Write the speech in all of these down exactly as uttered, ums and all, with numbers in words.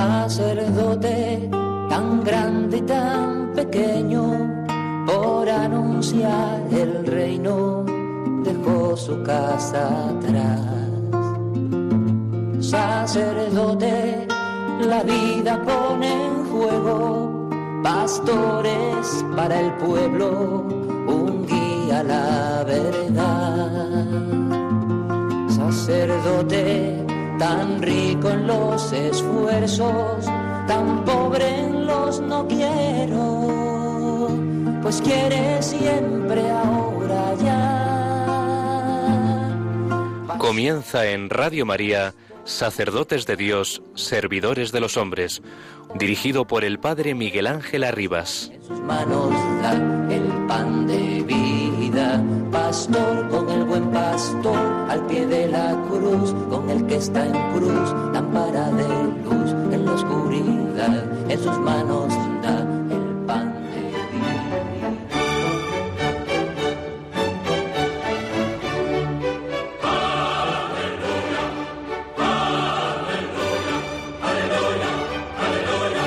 sacerdote tan grande y tan pequeño, por anunciar el reino dejó su casa atrás. Sacerdote, la vida pone en juego, pastores para el pueblo, un guía a la verdad. Sacerdote, tan rico en los esfuerzos, tan pobre en los no quiero, pues quiere siempre ahora ya. Comienza en Radio María, Sacerdotes de Dios, Servidores de los Hombres, dirigido por el Padre Miguel Ángel Arribas. En sus manos da el pan de vida, pastor con el buen pastor, al pie de la cruz, con el que está en cruz, lámpara de luz en la oscuridad, en sus manos da el pan de vida. Aleluya, aleluya, aleluya, aleluya,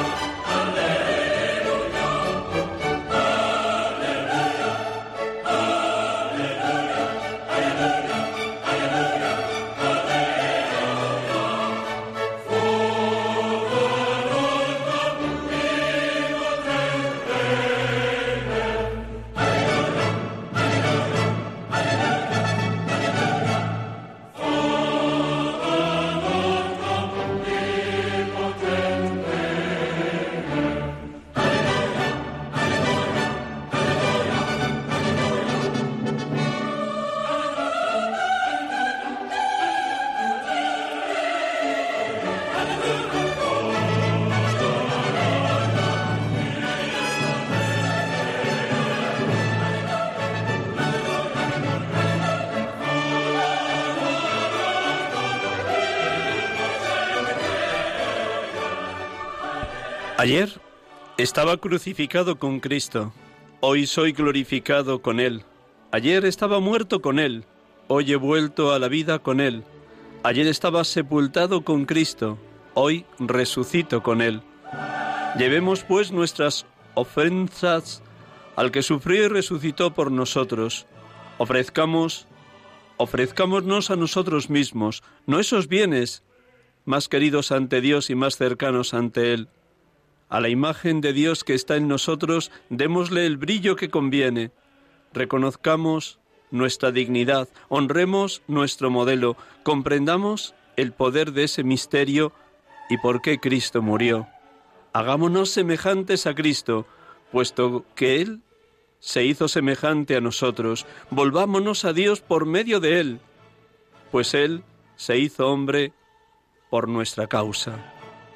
Ayer estaba crucificado con Cristo, hoy soy glorificado con Él. Ayer estaba muerto con Él, hoy he vuelto a la vida con Él. Ayer estaba sepultado con Cristo, hoy resucito con Él. Llevemos pues nuestras ofrendas al que sufrió y resucitó por nosotros. Ofrezcamos, ofrezcámonos a nosotros mismos, no esos bienes más queridos ante Dios y más cercanos ante Él. A la imagen de Dios que está en nosotros, démosle el brillo que conviene. Reconozcamos nuestra dignidad, honremos nuestro modelo, comprendamos el poder de ese misterio y por qué Cristo murió. Hagámonos semejantes a Cristo, puesto que Él se hizo semejante a nosotros. Volvámonos a Dios por medio de Él, pues Él se hizo hombre por nuestra causa.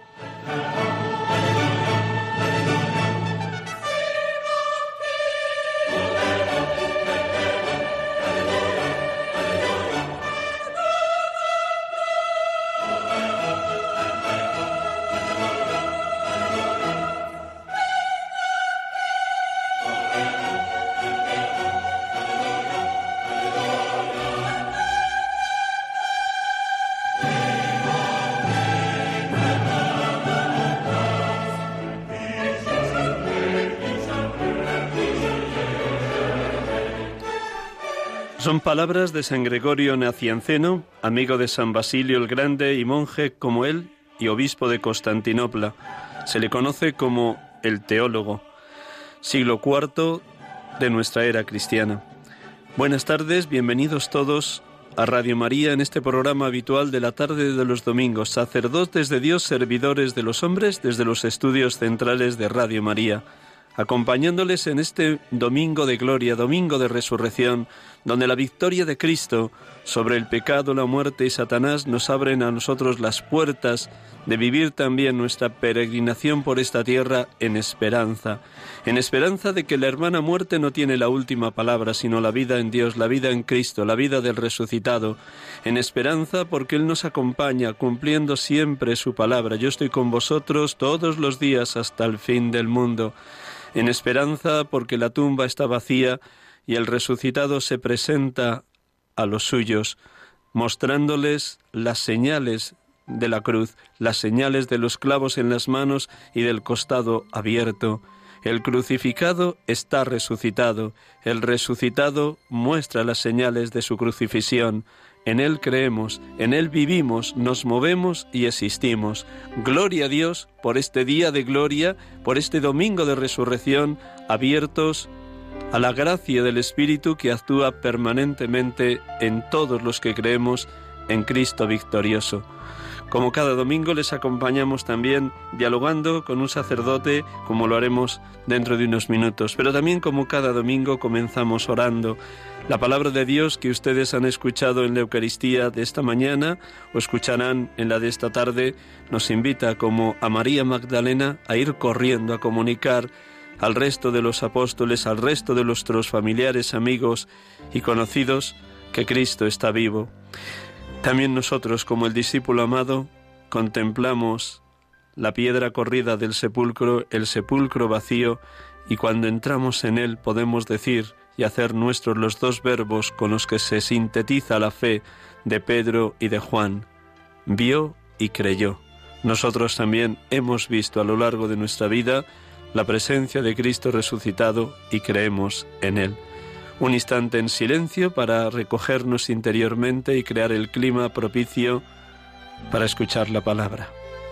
Son palabras de San Gregorio Nacianceno, amigo de San Basilio el Grande y monje como él y obispo de Constantinopla. Se le conoce como el teólogo, siglo cuarto de nuestra era cristiana. Buenas tardes, bienvenidos todos a Radio María en este programa habitual de la tarde de los domingos, Sacerdotes de Dios, Servidores de los Hombres, desde los estudios centrales de Radio María, acompañándoles en este domingo de gloria, domingo de resurrección, donde la victoria de Cristo sobre el pecado, la muerte y Satanás nos abren a nosotros las puertas de vivir también nuestra peregrinación por esta tierra en esperanza, en esperanza de que la hermana muerte no tiene la última palabra, sino la vida en Dios, la vida en Cristo, la vida del resucitado, en esperanza porque Él nos acompaña cumpliendo siempre su palabra. Yo estoy con vosotros todos los días hasta el fin del mundo. En esperanza porque la tumba está vacía y el resucitado se presenta a los suyos, mostrándoles las señales de la cruz, las señales de los clavos en las manos y del costado abierto. El crucificado está resucitado, el resucitado muestra las señales de su crucifixión. En Él creemos, en Él vivimos, nos movemos y existimos. Gloria a Dios por este día de gloria, por este domingo de resurrección, abiertos a la gracia del Espíritu que actúa permanentemente en todos los que creemos en Cristo victorioso. Como cada domingo les acompañamos también dialogando con un sacerdote, como lo haremos dentro de unos minutos. Pero también como cada domingo comenzamos orando. La palabra de Dios que ustedes han escuchado en la Eucaristía de esta mañana o escucharán en la de esta tarde, nos invita como a María Magdalena a ir corriendo a comunicar al resto de los apóstoles, al resto de nuestros familiares, amigos y conocidos que Cristo está vivo. También nosotros, como el discípulo amado, contemplamos la piedra corrida del sepulcro, el sepulcro vacío, y cuando entramos en él podemos decir y hacer nuestros los dos verbos con los que se sintetiza la fe de Pedro y de Juan: vio y creyó. Nosotros también hemos visto a lo largo de nuestra vida la presencia de Cristo resucitado y creemos en él. Un instante en silencio para recogernos interiormente y crear el clima propicio para escuchar la palabra.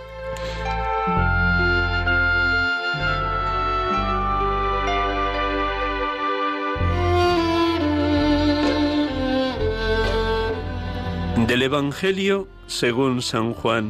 Del Evangelio según San Juan.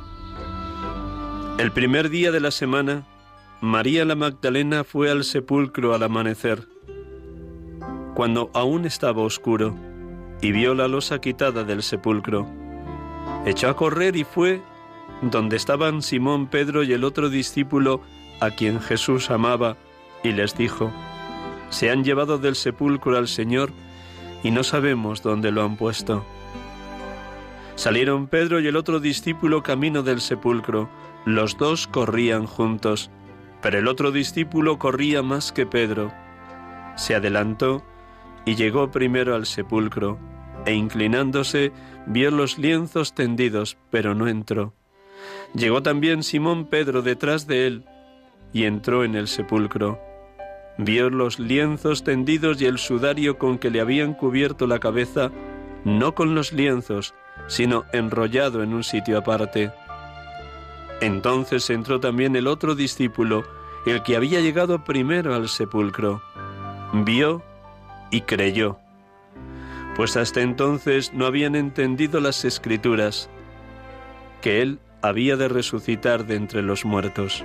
El primer día de la semana, María la Magdalena fue al sepulcro al amanecer, cuando aún estaba oscuro, y vio la losa quitada del sepulcro. Echó a correr y fue donde estaban Simón, Pedro y el otro discípulo a quien Jesús amaba, y les dijo: se han llevado del sepulcro al Señor y no sabemos dónde lo han puesto. Salieron Pedro y el otro discípulo camino del sepulcro. Los dos corrían juntos, pero el otro discípulo corría más que Pedro. Se adelantó y llegó primero al sepulcro, e inclinándose vio los lienzos tendidos, pero no entró. Llegó también Simón Pedro detrás de él, y entró en el sepulcro. Vio los lienzos tendidos y el sudario con que le habían cubierto la cabeza, no con los lienzos, sino enrollado en un sitio aparte. Entonces entró también el otro discípulo, el que había llegado primero al sepulcro. Vio y creyó, pues hasta entonces no habían entendido las Escrituras, que él había de resucitar de entre los muertos.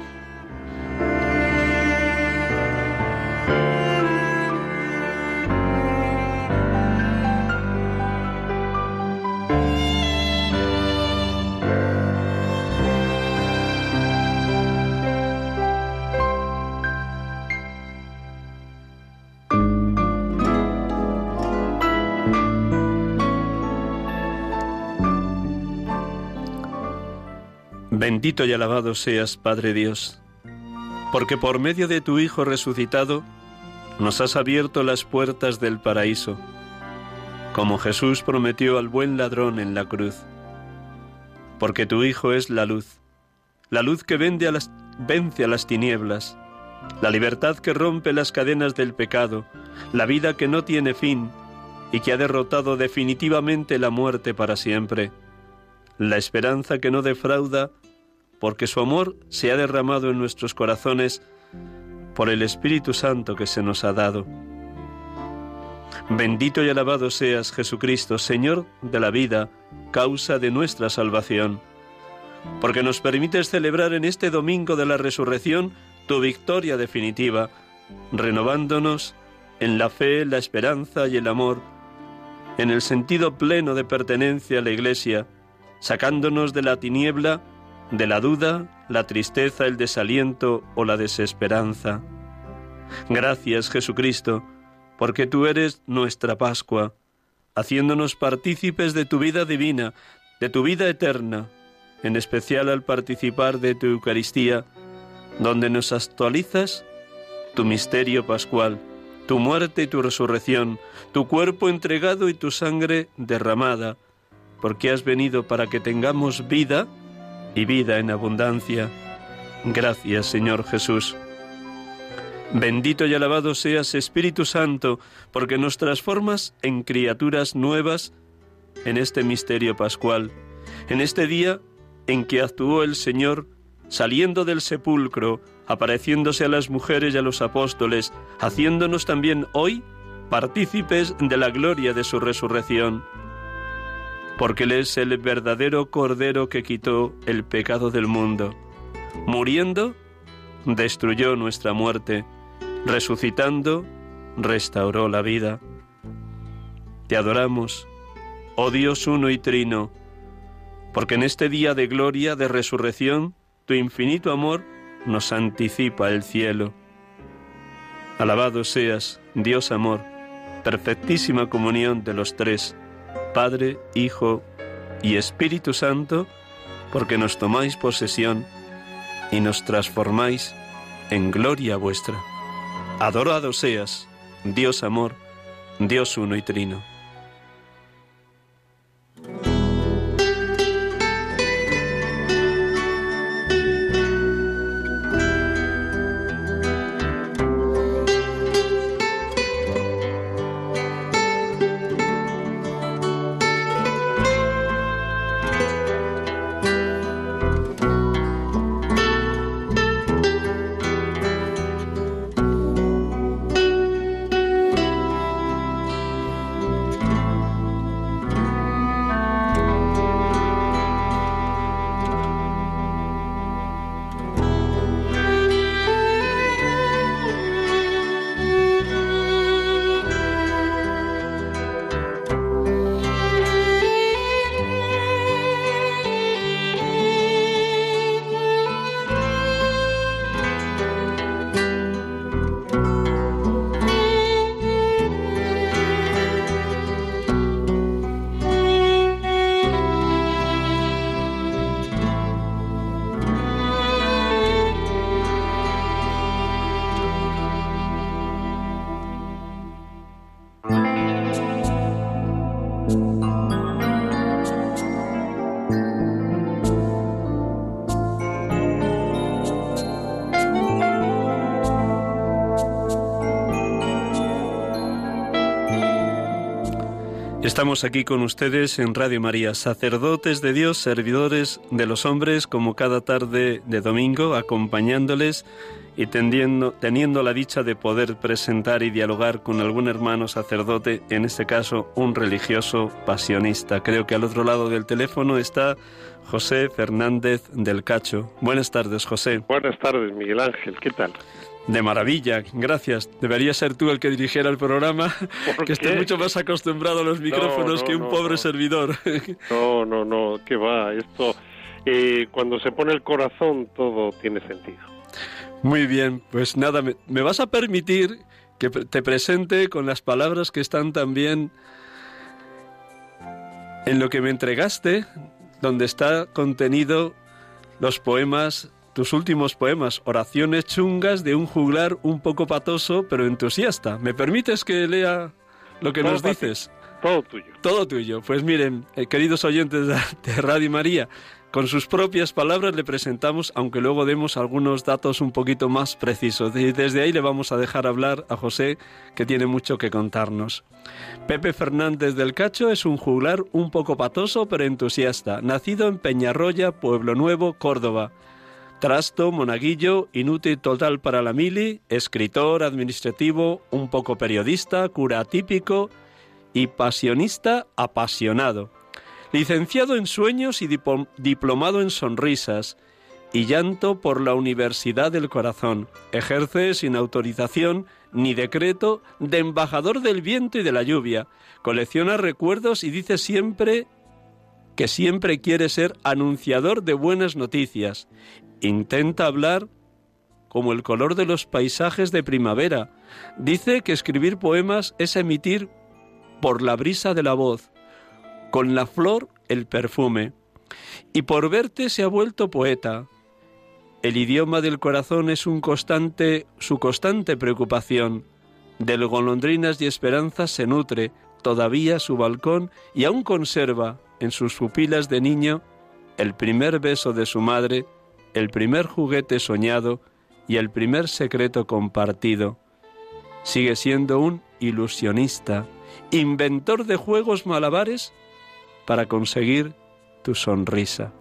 Bendito y alabado seas, Padre Dios, porque por medio de tu Hijo resucitado nos has abierto las puertas del paraíso, como Jesús prometió al buen ladrón en la cruz. Porque tu Hijo es la luz, la luz que vende a las, vence a las tinieblas, la libertad que rompe las cadenas del pecado, la vida que no tiene fin y que ha derrotado definitivamente la muerte para siempre, la esperanza que no defrauda, porque su amor se ha derramado en nuestros corazones por el Espíritu Santo que se nos ha dado. Bendito y alabado seas, Jesucristo, Señor de la vida, causa de nuestra salvación, porque nos permites celebrar en este domingo de la resurrección tu victoria definitiva, renovándonos en la fe, la esperanza y el amor, en el sentido pleno de pertenencia a la Iglesia, sacándonos de la tiniebla, de la duda, la tristeza, el desaliento o la desesperanza. Gracias, Jesucristo, porque tú eres nuestra Pascua, haciéndonos partícipes de tu vida divina, de tu vida eterna, en especial al participar de tu Eucaristía, donde nos actualizas tu misterio pascual, tu muerte y tu resurrección, tu cuerpo entregado y tu sangre derramada, porque has venido para que tengamos vida y vida en abundancia. Gracias, Señor Jesús. Bendito y alabado seas, Espíritu Santo, porque nos transformas en criaturas nuevas en este misterio pascual, en este día en que actuó el Señor saliendo del sepulcro, apareciéndose a las mujeres y a los apóstoles, haciéndonos también hoy partícipes de la gloria de su resurrección, porque Él es el verdadero Cordero que quitó el pecado del mundo. Muriendo, destruyó nuestra muerte, resucitando, restauró la vida. Te adoramos, oh Dios uno y trino, porque en este día de gloria, de resurrección, tu infinito amor nos anticipa el cielo. Alabado seas, Dios amor, perfectísima comunión de los tres, Padre, Hijo y Espíritu Santo, porque nos tomáis posesión y nos transformáis en gloria vuestra. Adorado seas, Dios amor, Dios uno y trino. Estamos aquí con ustedes en Radio María, sacerdotes de Dios, servidores de los hombres, como cada tarde de domingo, acompañándoles y tendiendo, teniendo la dicha de poder presentar y dialogar con algún hermano sacerdote, en este caso un religioso pasionista. Creo que al otro lado del teléfono está José Fernández del Cacho. Buenas tardes, José. Buenas tardes, Miguel Ángel, ¿qué tal? De maravilla, gracias. Debería ser tú el que dirigiera el programa, que estés mucho más acostumbrado a los micrófonos no, no, que un no, pobre no. servidor. No, no, no, qué va, esto, eh, cuando se pone el corazón todo tiene sentido. Muy bien, pues nada, me, me vas a permitir que te presente con las palabras que están también en lo que me entregaste, donde está contenido los poemas, tus últimos poemas, oraciones chungas de un juglar un poco patoso, pero entusiasta. ¿Me permites que lea lo que Todo nos para dices? ti. Todo tuyo. Todo tuyo. Pues miren, eh, queridos oyentes de, de Radio María, con sus propias palabras le presentamos, aunque luego demos algunos datos un poquito más precisos. Y desde ahí le vamos a dejar hablar a José, que tiene mucho que contarnos. Pepe Fernández del Cacho es un juglar un poco patoso, pero entusiasta, nacido en Peñarroya, Pueblo Nuevo, Córdoba. Trasto, monaguillo, inútil total para la mili, escritor, administrativo, un poco periodista, cura atípico y pasionista apasionado. Licenciado en sueños y dipl- diplomado en sonrisas y llanto por la Universidad del Corazón. Ejerce sin autorización ni decreto de embajador del viento y de la lluvia. Colecciona recuerdos y dice siempre que siempre quiere ser anunciador de buenas noticias. Intenta hablar como el color de los paisajes de primavera. Dice que escribir poemas es emitir por la brisa de la voz, con la flor el perfume. Y por verte se ha vuelto poeta. El idioma del corazón es un constante, su constante preocupación. De golondrinas y esperanzas se nutre todavía su balcón y aún conserva en sus pupilas de niño el primer beso de su madre, el primer juguete soñado y el primer secreto compartido. Sigue siendo un ilusionista, inventor de juegos malabares para conseguir tu sonrisa.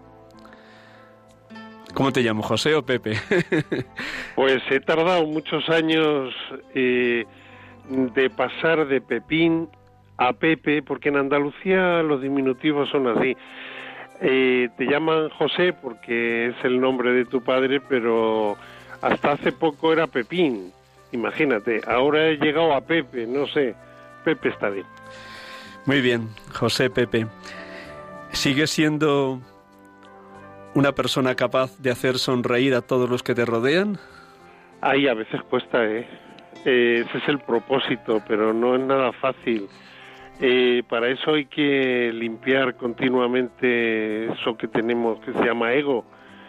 ¿Cómo te llamo, José o Pepe? Pues he tardado muchos años eh, de pasar de Pepín a Pepe, porque en Andalucía los diminutivos son así. Eh, te llaman José porque es el nombre de tu padre, pero hasta hace poco era Pepín. Imagínate, ahora he llegado a Pepe, no sé, Pepe está bien. Muy bien, José Pepe. ¿Sigues siendo una persona capaz de hacer sonreír a todos los que te rodean? Ay, a veces cuesta, ¿eh? eh ese es el propósito, pero no es nada fácil. Eh, para eso hay que limpiar continuamente eso que tenemos, que se llama ego,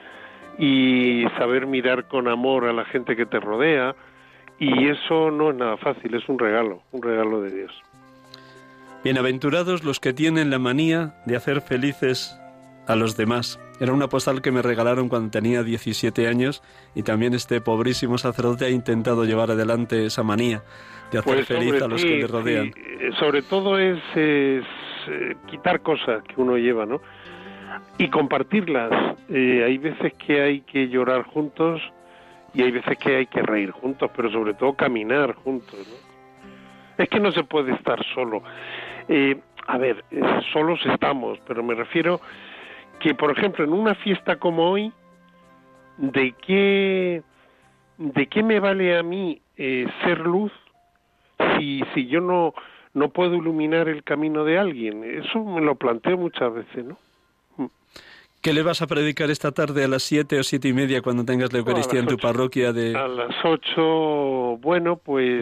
y saber mirar con amor a la gente que te rodea, y eso no es nada fácil, es un regalo, un regalo de Dios. Bienaventurados los que tienen la manía de hacer felices a los demás. Era una postal que me regalaron cuando tenía diecisiete años, y también este pobrísimo sacerdote ha intentado llevar adelante esa manía de hacer pues, feliz hombre, a los sí, que le rodean. Sí. Sobre todo es, es eh, quitar cosas que uno lleva, ¿no? Y compartirlas. Eh, hay veces que hay que llorar juntos y hay veces que hay que reír juntos, pero sobre todo caminar juntos, ¿no? Es que no se puede estar solo. Eh, a ver, eh, solos estamos, pero me refiero que, por ejemplo, en una fiesta como hoy, ¿de qué, de qué me vale a mí eh, ser luz si, si yo no, no puedo iluminar el camino de alguien? Eso me lo planteo muchas veces, ¿no? ¿Qué le vas a predicar esta tarde a las siete o siete y media cuando tengas la Eucaristía no, en tu parroquia? De... A las ocho, bueno, pues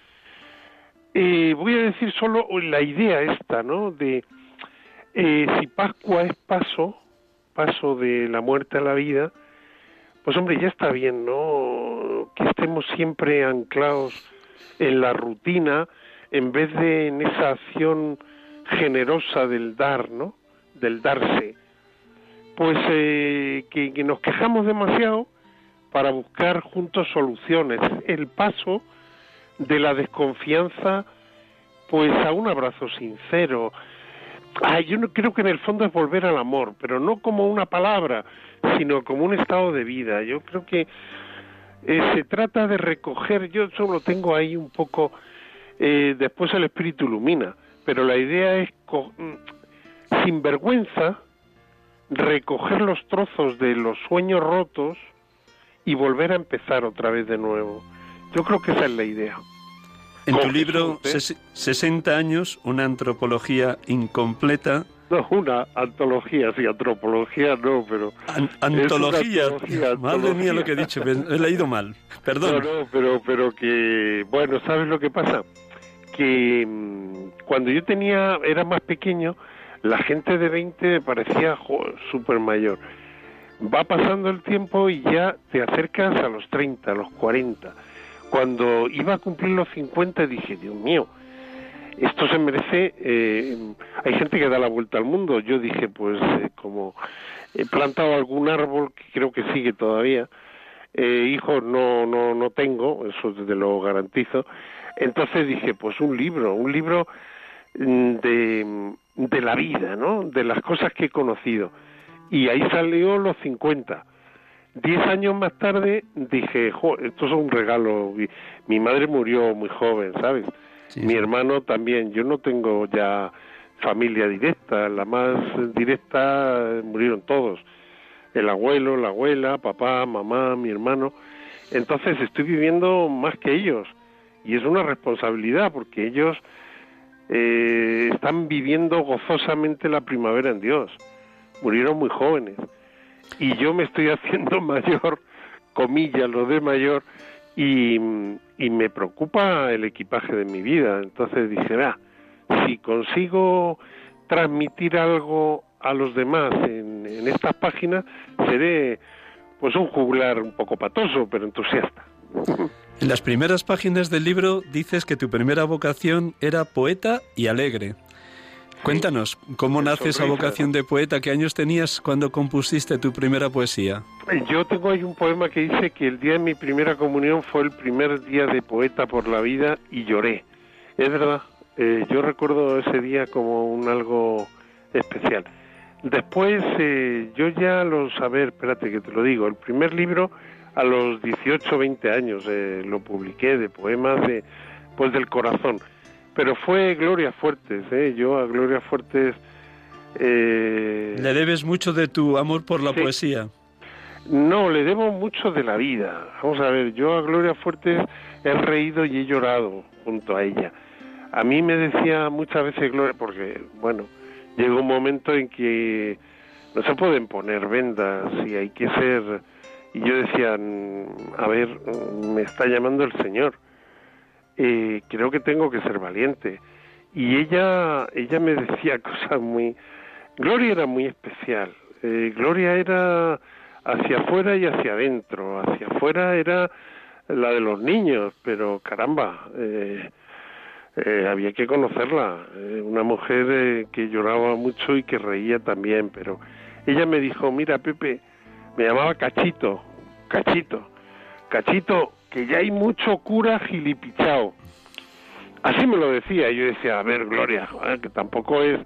eh, voy a decir solo la idea esta, ¿no? De eh, si Pascua es paso, paso de la muerte a la vida, pues hombre, ya está bien, ¿no? Que estemos siempre anclados en la rutina en vez de en esa acción generosa del dar, ¿no? Del darse. Pues eh, que, que nos quejamos demasiado para buscar juntos soluciones. El paso de la desconfianza, pues a un abrazo sincero. Ay, yo no, creo que en el fondo es volver al amor, pero no como una palabra, sino como un estado de vida. Yo creo que eh, se trata de recoger, yo solo tengo ahí un poco, eh, después el espíritu ilumina, pero la idea es, co- sin vergüenza, recoger los trozos de los sueños rotos y volver a empezar otra vez de nuevo. Yo creo que esa es la idea. En tu libro, ses- sesenta años, una antropología incompleta. No, una antología, sí, antropología no, pero... An- antología, antología, madre antología. mía lo que he dicho, he leído mal, perdón. No, no, pero, pero que... Bueno, ¿sabes lo que pasa? Que mmm, cuando yo tenía, era más pequeño, la gente de veinte me parecía súper mayor. Va pasando el tiempo y ya te acercas a los treinta, a los cuarenta. Cuando iba a cumplir los cincuenta dije, Dios mío, esto se merece... Eh, hay gente que da la vuelta al mundo. Yo dije, pues eh, como he plantado algún árbol que creo que sigue todavía, eh, hijos no, no, no tengo, eso te lo garantizo. Entonces dije, pues un libro, un libro de... de la vida, ¿no? De las cosas que he conocido. Y ahí salió los cincuenta. Diez años más tarde dije, jo, esto es un regalo. Mi, mi madre murió muy joven, ¿sabes? Sí, mi sí. hermano también. Yo no tengo ya familia directa. La más directa murieron todos. El abuelo, la abuela, papá, mamá, mi hermano. Entonces estoy viviendo más que ellos. Y es una responsabilidad porque ellos... Eh, están viviendo gozosamente la primavera en Dios. Murieron muy jóvenes y yo me estoy haciendo mayor, comillas, lo de mayor, y, y me preocupa el equipaje de mi vida. Entonces dije, ah, si consigo transmitir algo a los demás en, en estas páginas, seré pues un juglar un poco patoso, pero entusiasta. En las primeras páginas del libro dices que tu primera vocación era poeta y alegre. Cuéntanos, ¿cómo Qué nace esa sonrisa. vocación de poeta? ¿Qué años tenías cuando compusiste tu primera poesía? Yo tengo ahí un poema que dice que el día de mi primera comunión fue el primer día de poeta por la vida y lloré. Es verdad, eh, yo recuerdo ese día como un algo especial. Después, eh, yo ya a los, a ver, espérate que te lo digo, el primer libro a los dieciocho, veinte años eh, lo publiqué, de poemas de, pues del corazón. Pero fue Gloria Fuertes, ¿eh? Yo a Gloria Fuertes... Eh... ¿Le debes mucho de tu amor por la Sí. poesía? No, le debo mucho de la vida. Vamos a ver, yo a Gloria Fuertes he reído y he llorado junto a ella. A mí me decía muchas veces Gloria, porque, bueno, llegó un momento en que no se pueden poner vendas y hay que ser... Y yo decía, a ver, me está llamando el Señor. Eh, creo que tengo que ser valiente. Y ella ella me decía cosas muy... Gloria era muy especial. Eh, Gloria era hacia afuera y hacia adentro. Hacia afuera era la de los niños, pero caramba, eh, eh, había que conocerla. Eh, una mujer eh, que lloraba mucho y que reía también, pero ella me dijo, mira Pepe, me llamaba Cachito, Cachito, Cachito, que ya hay mucho cura gilipichao. Así me lo decía, y yo decía, a ver, Gloria, joder, que tampoco es...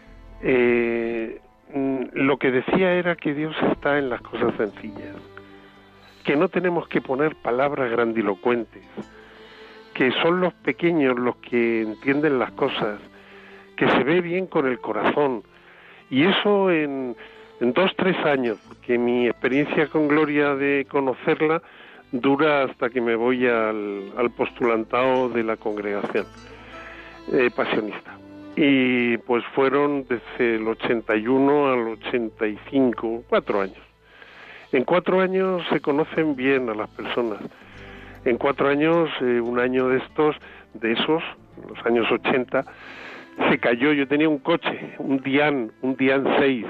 Eh, lo que decía era que Dios está en las cosas sencillas, que no tenemos que poner palabras grandilocuentes, que son los pequeños los que entienden las cosas, que se ve bien con el corazón, y eso en, en dos, tres años, porque mi experiencia con Gloria de conocerla dura hasta que me voy al, al postulantado de la congregación eh, pasionista. Y pues fueron desde el ochenta y uno al ochenta y cinco, cuatro años. En cuatro años se conocen bien a las personas. En cuatro años, eh, un año de estos, de esos, los años ochenta, se cayó. Yo tenía un coche, un Dian, un Dian seis.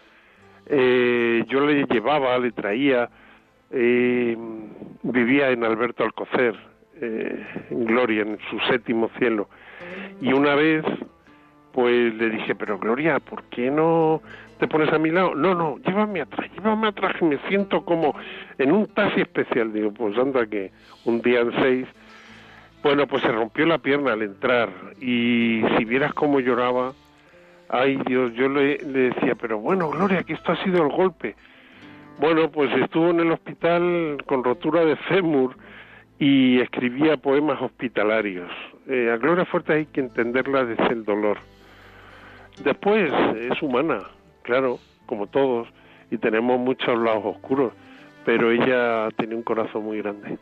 Eh, yo le llevaba, le traía... Eh, vivía en Alberto Alcocer, eh, en Gloria, en su séptimo cielo, y una vez pues le dije, pero Gloria, ¿por qué no te pones a mi lado? No, no, llévame atrás, llévame atrás, que me siento como en un taxi especial. Digo, pues anda que un día en seis, bueno, pues se rompió la pierna al entrar, y si vieras cómo lloraba, ay Dios, yo le, le decía, pero bueno, Gloria, que esto ha sido el golpe. Bueno, pues estuvo en el hospital con rotura de fémur y escribía poemas hospitalarios. Eh, a Gloria Fuertes hay que entenderla desde el dolor. Después, es humana, claro, como todos, y tenemos muchos lados oscuros, pero ella tiene un corazón muy grande.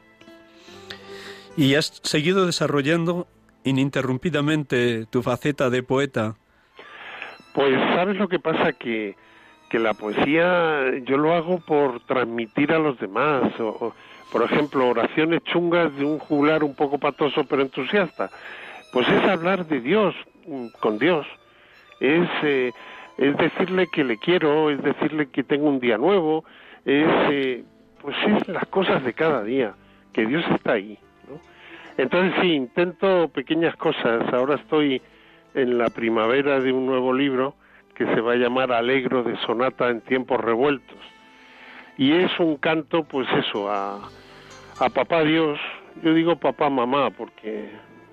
¿Y has seguido desarrollando ininterrumpidamente tu faceta de poeta? Pues, ¿sabes lo que pasa? Que... que la poesía yo lo hago por transmitir a los demás, o, o, por ejemplo, oraciones chungas de un juglar un poco patoso pero entusiasta, pues es hablar de Dios, con Dios, es, eh, es decirle que le quiero, es decirle que tengo un día nuevo, es eh, pues es las cosas de cada día, que Dios está ahí, ¿no? Entonces sí, intento pequeñas cosas. Ahora estoy en la primavera de un nuevo libro que se va a llamar Alegro, de sonata en tiempos revueltos. Y es un canto, pues eso, a, a papá Dios. Yo digo papá, mamá, porque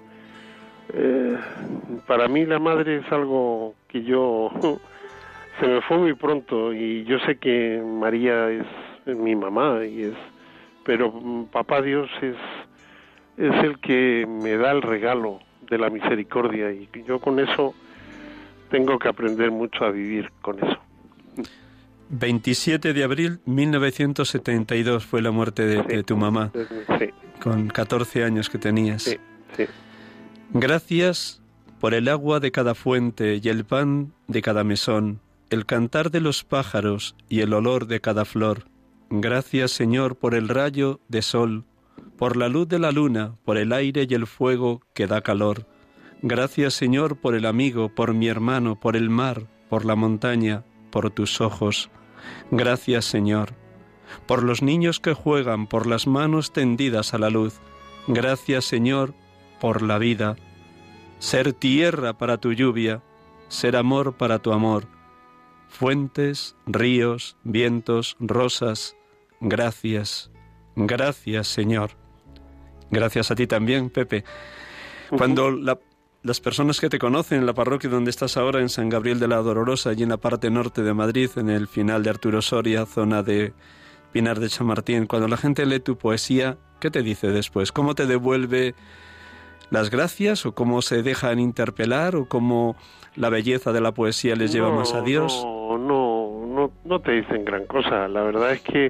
eh, para mí la madre es algo que yo... se me fue muy pronto, y yo sé que María es mi mamá, y es, pero papá Dios es, es el que me da el regalo de la misericordia, y yo con eso... tengo que aprender mucho a vivir con eso. veintisiete de abril de mil novecientos setenta y dos fue la muerte de, sí, de tu mamá, sí. Con catorce años que tenías. Sí, sí. Gracias por el agua de cada fuente y el pan de cada mesón, el cantar de los pájaros y el olor de cada flor. Gracias, Señor, por el rayo de sol, por la luz de la luna, por el aire y el fuego que da calor. Gracias, Señor, por el amigo, por mi hermano, por el mar, por la montaña, por tus ojos. Gracias, Señor, por los niños que juegan, por las manos tendidas a la luz. Gracias, Señor, por la vida. Ser tierra para tu lluvia, ser amor para tu amor. Fuentes, ríos, vientos, rosas, gracias, gracias, Señor. Gracias a ti también, Pepe. Cuando la, las personas que te conocen en la parroquia donde estás ahora, en San Gabriel de la Dolorosa, allí en la parte norte de Madrid, en el final de Arturo Soria, zona de Pinar de Chamartín, cuando la gente lee tu poesía, ¿qué te dice después? ¿Cómo te devuelve las gracias, o cómo se dejan interpelar, o cómo la belleza de la poesía les lleva no, más a Dios? No, no, no, no te dicen gran cosa. La verdad es que,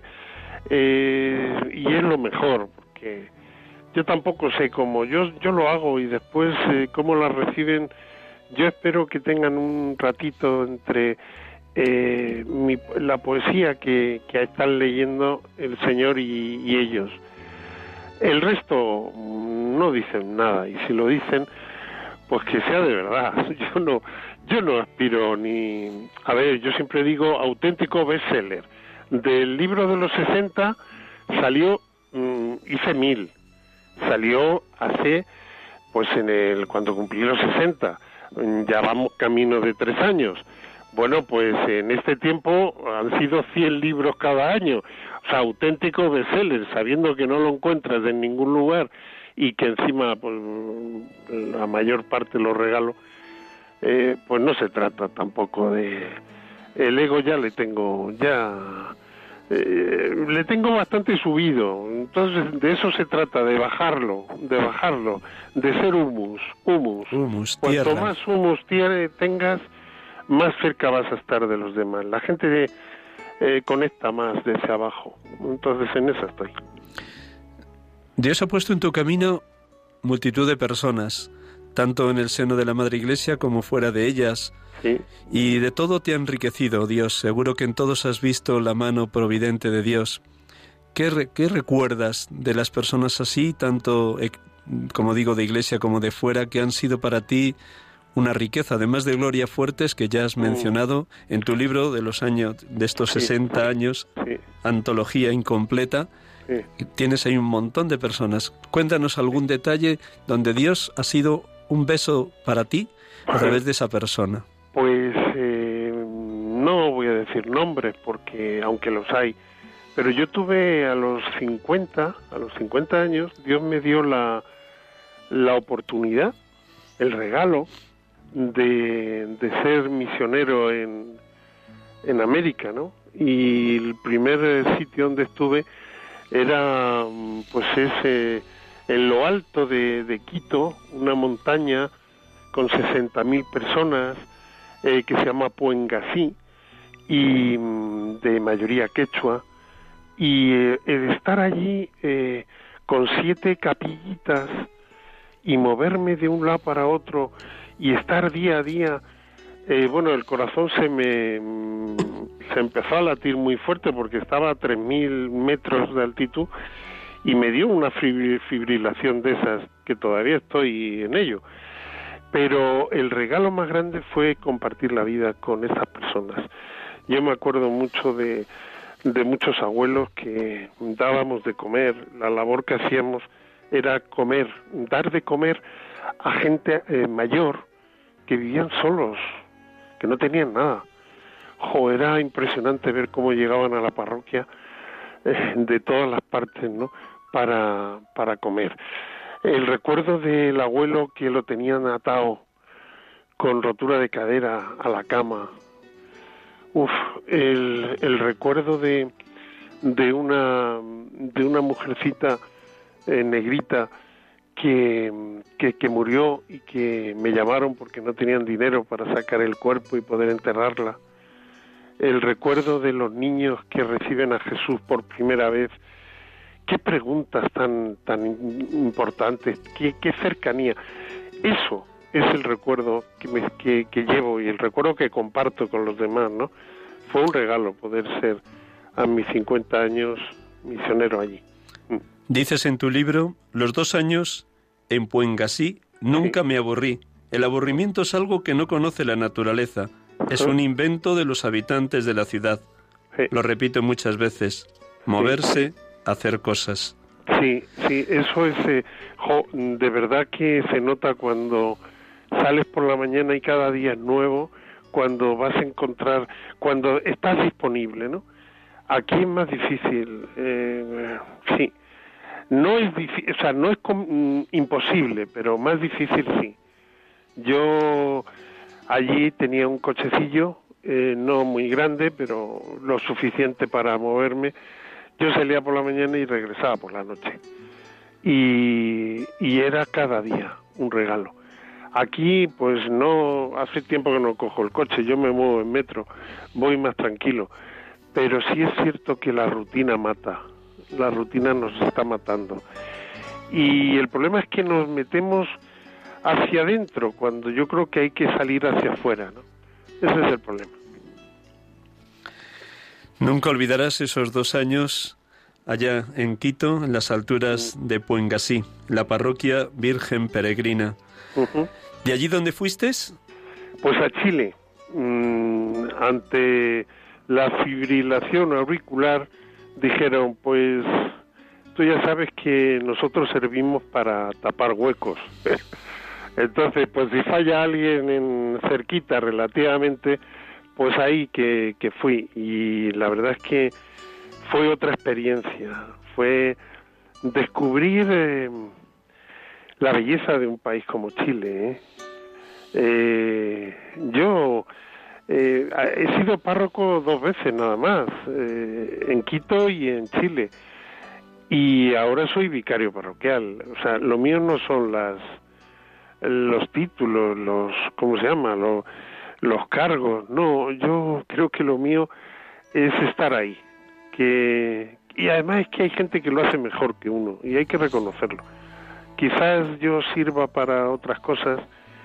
eh, y es lo mejor, porque yo tampoco sé cómo, yo, yo lo hago y después eh, cómo la reciben. Yo espero que tengan un ratito entre eh, mi, la poesía que, que están leyendo el Señor y, y ellos. El resto no dicen nada, y si lo dicen, pues que sea de verdad. Yo no, yo no aspiro ni... A ver, yo siempre digo auténtico bestseller. Del libro de los sesenta salió, mmm, hice mil. Salió hace, pues en el cuando cumplí los sesenta. Ya vamos camino de tres años. Bueno, pues en este tiempo han sido cien libros cada año. O sea, auténtico bestseller, sabiendo que no lo encuentras en ningún lugar y que encima pues la mayor parte lo regalo, eh, pues no se trata tampoco de... El ego ya le tengo, ya... Eh, le tengo bastante subido, entonces de eso se trata, de bajarlo, de bajarlo, de ser humus, humus. Humus, Cuanto tierra. más humus tiene, tengas, más cerca vas a estar de los demás. La gente eh, conecta más desde abajo, entonces en esa estoy. Dios ha puesto en tu camino multitud de personas, tanto en el seno de la Madre Iglesia como fuera de ellas. Sí. Y de todo te ha enriquecido, Dios. Seguro que en todos has visto la mano providente de Dios. ¿Qué, re- qué recuerdas de las personas así, tanto, eh, como digo, de Iglesia como de fuera, que han sido para ti una riqueza, además de Gloria Fuertes, que ya has mencionado en tu libro de los años, de estos Sí, sesenta sí, años, sí. Antología incompleta? Sí. Tienes ahí un montón de personas. Cuéntanos algún detalle donde Dios ha sido un beso para ti a través de esa persona. Pues eh, no voy a decir nombres porque aunque los hay, pero yo tuve a los cincuenta, a los cincuenta años, Dios me dio la, la oportunidad, el regalo de, de ser misionero en, en América, ¿no? Y el primer sitio donde estuve era, pues ese, en lo alto de, de Quito, una montaña con sesenta mil personas, Eh, que se llama Puengasí, y de mayoría quechua, y eh, el estar allí eh, con siete capillitas y moverme de un lado para otro y estar día a día, eh, bueno, el corazón se me se empezó a latir muy fuerte porque estaba a tres mil metros de altitud y me dio una fibrilación de esas que todavía estoy en ello. Pero el regalo más grande fue compartir la vida con esas personas. Yo me acuerdo mucho de, de muchos abuelos que dábamos de comer, la labor que hacíamos era comer, dar de comer a gente eh, mayor que vivían solos, que no tenían nada. Jo, era impresionante ver cómo llegaban a la parroquia eh, de todas las partes, ¿no?, para, para comer. El recuerdo del abuelo que lo tenían atado con rotura de cadera a la cama. Uf, el, el recuerdo de, de una de una mujercita eh, negrita que, que, que murió y que me llamaron porque no tenían dinero para sacar el cuerpo y poder enterrarla. El recuerdo de los niños que reciben a Jesús por primera vez. Qué preguntas tan tan importantes, qué, qué cercanía. Eso es el recuerdo que, me, que, que llevo y el recuerdo que comparto con los demás, ¿no? Fue un regalo poder ser a mis cincuenta años misionero allí. Dices en tu libro, los dos años en Puengasí nunca sí. me aburrí. El aburrimiento es algo que no conoce la naturaleza. Es un invento de los habitantes de la ciudad. Sí. Lo repito muchas veces. Moverse... Sí. hacer cosas. Sí, sí, eso es, eh, jo, de verdad que se nota cuando sales por la mañana y cada día es nuevo, cuando vas a encontrar, cuando estás disponible, ¿no? Aquí es más difícil, eh, sí. No es difícil, o sea, no es com- imposible, pero más difícil sí. Yo allí tenía un cochecillo, eh, no muy grande, pero lo suficiente para moverme. Yo salía por la mañana y regresaba por la noche. Y, y era cada día un regalo. Aquí, pues no, hace tiempo que no cojo el coche, yo me muevo en metro, voy más tranquilo. Pero sí es cierto que la rutina mata, la rutina nos está matando. Y el problema es que nos metemos hacia adentro, cuando yo creo que hay que salir hacia afuera, ¿no? Ese es el problema. Nunca olvidarás esos dos años allá en Quito, en las alturas de Puengasí, la parroquia Virgen Peregrina. Uh-huh. ¿De allí dónde fuiste? Pues a Chile, mm, ante la fibrilación auricular, dijeron, pues tú ya sabes que nosotros servimos para tapar huecos. Entonces, pues si falla alguien en cerquita relativamente, pues ahí que, que fui. Y la verdad es que fue otra experiencia, fue descubrir eh, la belleza de un país como Chile. ¿eh? Eh, yo eh, he sido párroco dos veces nada más, eh, en Quito y en Chile, y ahora soy vicario parroquial. O sea, lo mío no son las los títulos, los ¿cómo se llama? Los, los cargos. No, yo creo que lo mío es estar ahí. Que y además es que hay gente que lo hace mejor que uno y hay que reconocerlo. Quizás yo sirva para otras cosas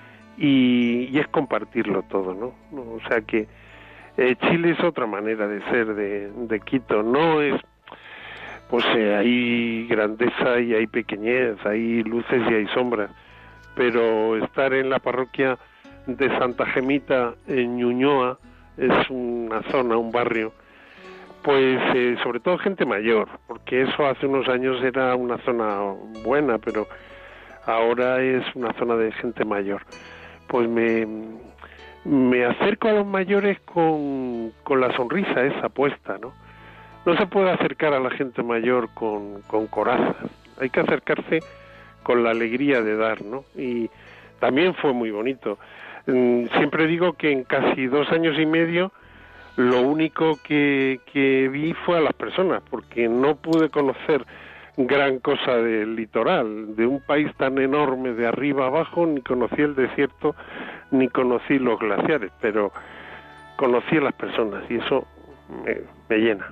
y, y es compartirlo todo, ¿no? O sea que eh, Chile es otra manera de ser de, de Quito, no es, pues eh, hay grandeza y hay pequeñez, hay luces y hay sombras, pero estar en la parroquia de Santa Gemita en Ñuñoa es una zona, un barrio, pues eh, sobre todo gente mayor, porque eso hace unos años era una zona buena, pero ahora es una zona de gente mayor. Pues me, me acerco a los mayores con, con la sonrisa esa puesta, ¿no? No se puede acercar a la gente mayor con, con corazas, hay que acercarse con la alegría de dar, ¿no? Y también fue muy bonito. Siempre digo que en casi dos años y medio lo único que, que vi fue a las personas, porque no pude conocer gran cosa del litoral, de un país tan enorme de arriba abajo, ni conocí el desierto, ni conocí los glaciares, pero conocí a las personas y eso me, me llena.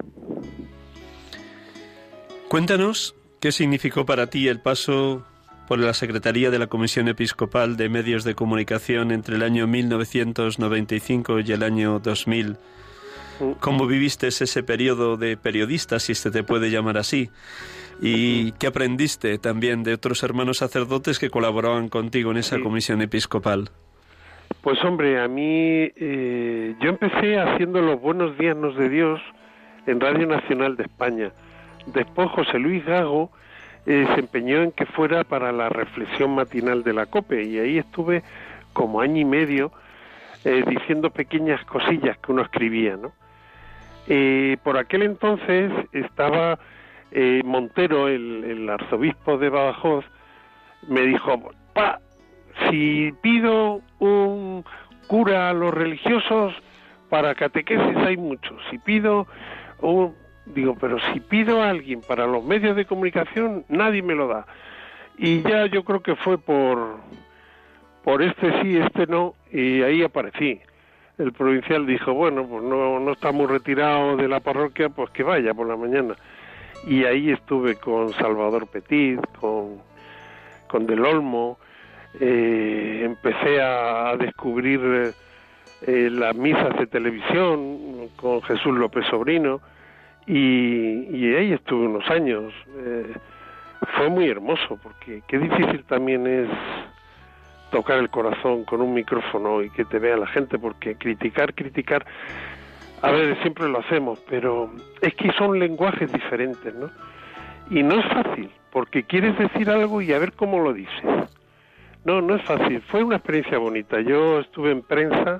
Cuéntanos qué significó para ti el paso por la Secretaría de la Comisión Episcopal de Medios de Comunicación entre el año mil novecientos noventa y cinco y el año dos mil. ¿Cómo viviste ese periodo de periodista, si se te puede llamar así? ¿Y qué aprendiste también de otros hermanos sacerdotes que colaboraban contigo en esa sí. comisión episcopal? Pues hombre, a mí, eh, yo empecé haciendo los Buenos Días de Dios en Radio Nacional de España. Después José Luis Gago eh, se empeñó en que fuera para la reflexión matinal de la COPE y ahí estuve como año y medio eh, diciendo pequeñas cosillas que uno escribía, ¿no? Eh, por aquel entonces estaba eh, Montero, el, el arzobispo de Badajoz, me dijo, pa, si pido un cura a los religiosos para catequesis hay muchos, si pido un... Digo, pero si pido a alguien para los medios de comunicación, nadie me lo da. Y ya yo creo que fue por, por este sí, este no, y ahí aparecí. El provincial dijo, bueno, pues no, no está muy retirado de la parroquia, pues que vaya por la mañana. Y ahí estuve con Salvador Petit, con, con Del Olmo, eh, empecé a, a descubrir eh, las misas de televisión con Jesús López Sobrino, y, y ahí estuve unos años. Eh, fue muy hermoso, porque qué difícil también es tocar el corazón con un micrófono y que te vea la gente, porque criticar, criticar, a ver, siempre lo hacemos, pero es que son lenguajes diferentes, ¿no? Y no es fácil, porque quieres decir algo y a ver cómo lo dices. No, no es fácil. Fue una experiencia bonita. Yo estuve en prensa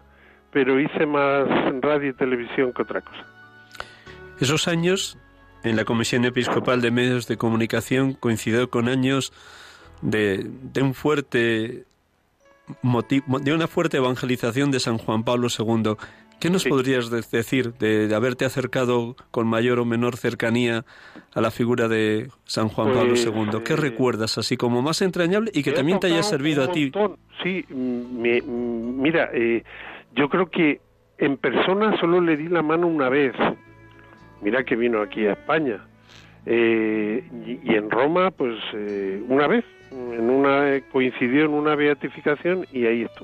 pero hice más radio y televisión que otra cosa. Esos años en la Comisión Episcopal de Medios de Comunicación coincidió con años de, de un fuerte motivo, de una fuerte evangelización de San Juan Pablo segundo. ¿Qué nos sí. podrías de decir de, de haberte acercado con mayor o menor cercanía a la figura de San Juan pues, Pablo segundo? ¿Qué eh, recuerdas así como más entrañable y que también te haya servido a ti? Sí, me, mira, eh, yo creo que en persona solo le di la mano una vez. Mira que vino aquí a España. Eh, y, y en Roma, pues eh, una vez, en una coincidió en una beatificación y ahí estuve.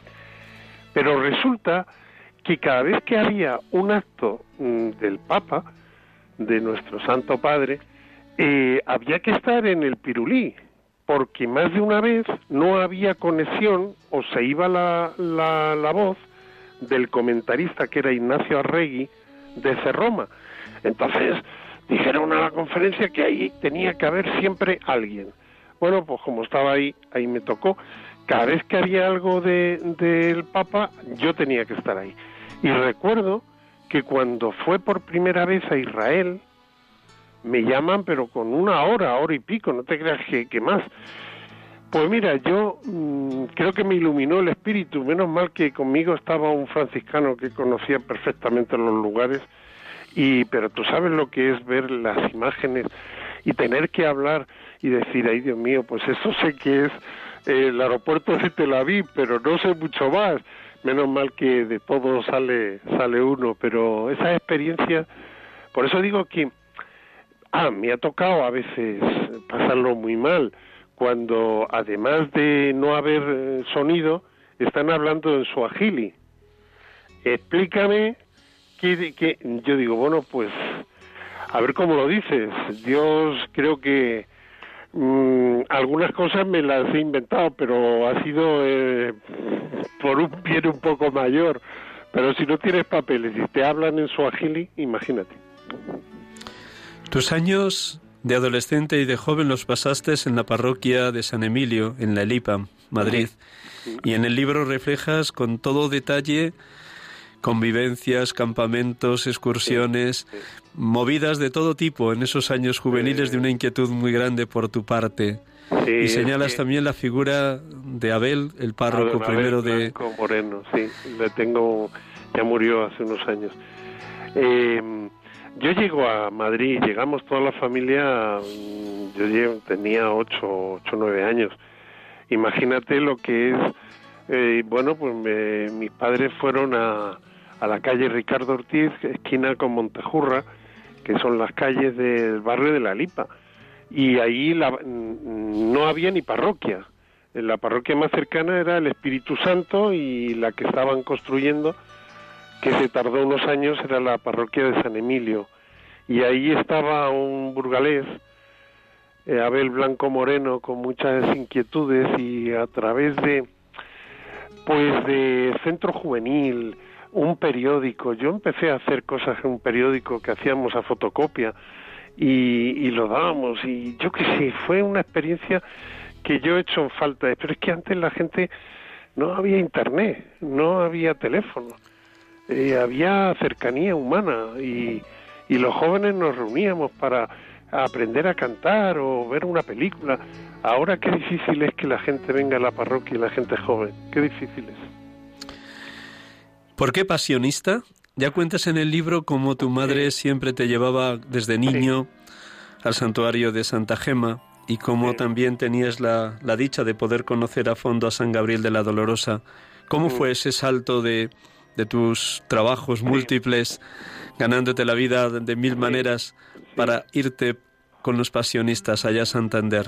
Pero resulta que cada vez que había un acto mm, del Papa, de nuestro Santo Padre, eh, había que estar en el Pirulí, porque más de una vez no había conexión o se iba la, la, la voz del comentarista, que era Ignacio Arregui, desde Roma. Entonces dijeron a la conferencia que ahí tenía que haber siempre alguien. Bueno, pues como estaba ahí, ahí me tocó. Cada vez que había algo de del Papa, yo tenía que estar ahí. Y recuerdo que cuando fue por primera vez a Israel, me llaman, pero con una hora, hora y pico, no te creas que, que más. Pues mira, yo mmm, creo que me iluminó el espíritu, menos mal que conmigo estaba un franciscano que conocía perfectamente los lugares, y pero tú sabes lo que es ver las imágenes y tener que hablar y decir, ay Dios mío, pues eso sé que es eh, el aeropuerto de Tel Aviv, pero no sé mucho más. Menos mal que de todo sale sale uno, pero esa experiencia, por eso digo que ah, me ha tocado a veces pasarlo muy mal, cuando además de no haber sonido, están hablando en suajili. Explícame que, que yo digo, bueno, pues a ver cómo lo dices. Dios, creo que mmm, algunas cosas me las he inventado, pero ha sido eh, por un bien un poco mayor. Pero si no tienes papeles y te hablan en suajili, imagínate. Tus años de adolescente y de joven los pasaste en la parroquia de San Emilio, en La Elipa, Madrid. Sí. Y en el libro reflejas con todo detalle convivencias, campamentos, excursiones, sí, sí. movidas de todo tipo en esos años juveniles de una inquietud muy grande por tu parte. Sí, y señalas sí. también la figura de Abel, el párroco Abel primero de... Blanco Moreno, sí, le tengo, ya murió hace unos años. Eh, yo llego a Madrid, llegamos toda la familia, yo llego, tenía ocho, ocho, nueve años. Imagínate lo que es, eh, bueno, pues me, mis padres fueron a, a la calle Ricardo Ortiz, esquina con Montejurra, que son las calles del barrio de La Lipa. Y ahí la, no había ni parroquia. La parroquia más cercana era el Espíritu Santo, y la que estaban construyendo, que se tardó unos años, era la parroquia de San Emilio. Y ahí estaba un burgalés, eh, Abel Blanco Moreno, con muchas inquietudes, y a través de, pues, de Centro Juvenil, un periódico. Yo empecé a hacer cosas en un periódico que hacíamos a fotocopia, y, y lo dábamos, y yo qué sé, fue una experiencia que yo he hecho en falta. Pero es que antes la gente, no había internet, no había teléfono, eh, había cercanía humana, y, y los jóvenes nos reuníamos para aprender a cantar o ver una película. Ahora qué difícil es que la gente venga a la parroquia y la gente joven, qué difícil es. ¿Por qué pasionista? Ya cuentas en el libro cómo tu madre sí. siempre te llevaba desde niño sí. al santuario de Santa Gema, y cómo sí. también tenías la, la dicha de poder conocer a fondo a San Gabriel de la Dolorosa. ¿Cómo sí. fue ese salto de, de tus trabajos sí. múltiples, ganándote la vida de mil sí. maneras, para irte con los pasionistas allá a Santander?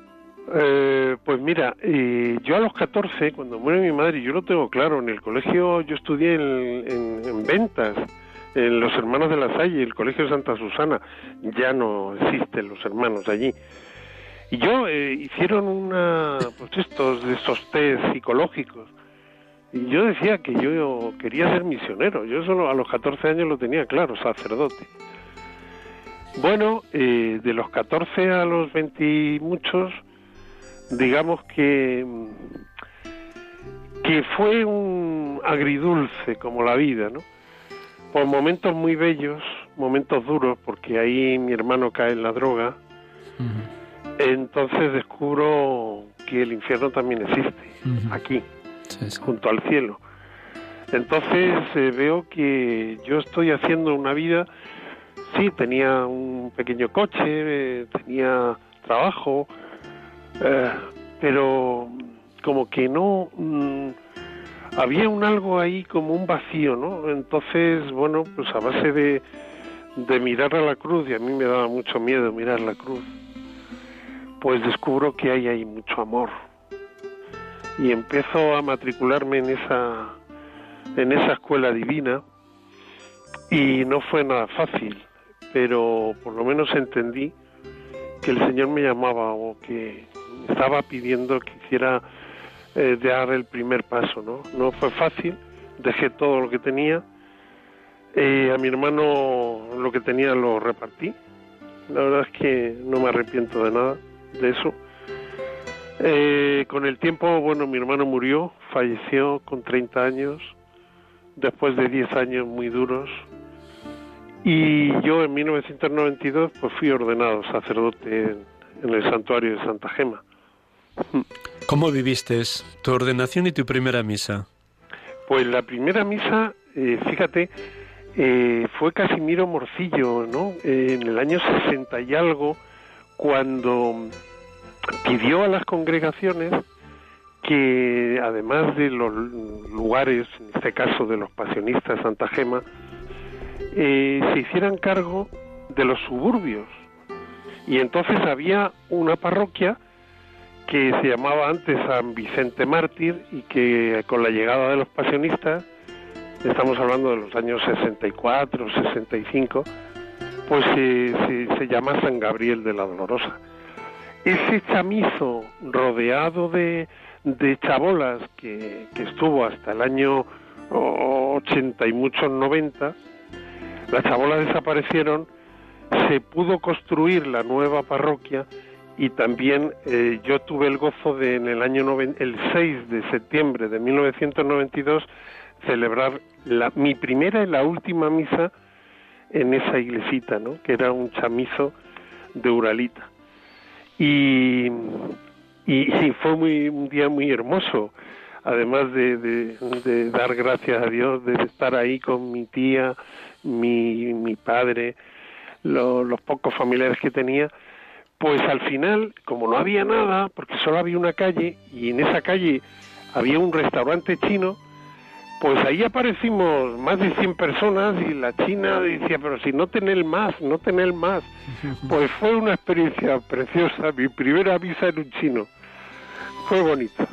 Eh, pues mira, eh, yo a los catorce, cuando muere mi madre, yo lo tengo claro, en el colegio yo estudié en, en, en Ventas, en los Hermanos de la Salle, el colegio de Santa Susana. Ya no existen los hermanos allí. Y yo, eh, hicieron una, pues estos, de estos test psicológicos, y yo decía que yo quería ser misionero. Yo solo a los catorce años lo tenía claro, sacerdote. Bueno, eh, de los catorce a los veinte y muchos, digamos que, que que fue un agridulce como la vida, ¿no? Por momentos muy bellos, momentos duros, porque ahí mi hermano cae en la droga. Uh-huh. Entonces descubro que el infierno también existe, uh-huh. aquí, sí, sí. junto al cielo. Entonces eh, veo que yo estoy haciendo una vida, sí, tenía un pequeño coche, eh, tenía trabajo, eh, pero como que no... Mmm, había un algo ahí como un vacío, ¿no? Entonces, bueno, pues a base de, de mirar a la cruz, y a mí me daba mucho miedo mirar la cruz, pues descubro que hay ahí mucho amor. Y empiezo a matricularme en esa, en esa escuela divina, y no fue nada fácil, pero por lo menos entendí que el Señor me llamaba, o que estaba pidiendo que hiciera... Eh, de dar el primer paso, ¿no? No fue fácil, dejé todo lo que tenía, eh, a mi hermano lo que tenía lo repartí, la verdad es que no me arrepiento de nada de eso. Eh, con el tiempo, bueno, mi hermano murió, falleció con treinta años, después de diez años muy duros, y yo en mil novecientos noventa y dos pues fui ordenado sacerdote en, en el santuario de Santa Gema. ¿Cómo viviste tu ordenación y tu primera misa? Pues la primera misa, eh, fíjate, eh, fue Casimiro Morcillo, ¿no? Eh, en el año sesenta y algo, cuando pidió a las congregaciones que, además de los lugares, en este caso de los pasionistas Santa Gema, eh, se hicieran cargo de los suburbios. Y entonces había una parroquia que se llamaba antes San Vicente Mártir, y que con la llegada de los pasionistas, estamos hablando de los años sesenta y cuatro, sesenta y cinco, pues eh, se, se llama San Gabriel de la Dolorosa. Ese chamizo rodeado de, de chabolas que, que estuvo hasta el año ochenta y muchos noventa, las chabolas desaparecieron, se pudo construir la nueva parroquia. Y también eh, yo tuve el gozo de, en el año noven, el seis de septiembre de mil novecientos noventa y dos, celebrar la, mi primera y la última misa en esa iglesita, ¿no? Que era un chamizo de Uralita. Y, y, y fue muy, un día muy hermoso, además de, de, de dar gracias a Dios, de estar ahí con mi tía, mi, mi padre, lo, los pocos familiares que tenía. Pues al final, como no había nada, porque solo había una calle, y en esa calle había un restaurante chino, pues ahí aparecimos más de cien personas, y la china decía, pero si no tenés más, no tenés más. Pues fue una experiencia preciosa, mi primera misa en un chino. Fue bonito.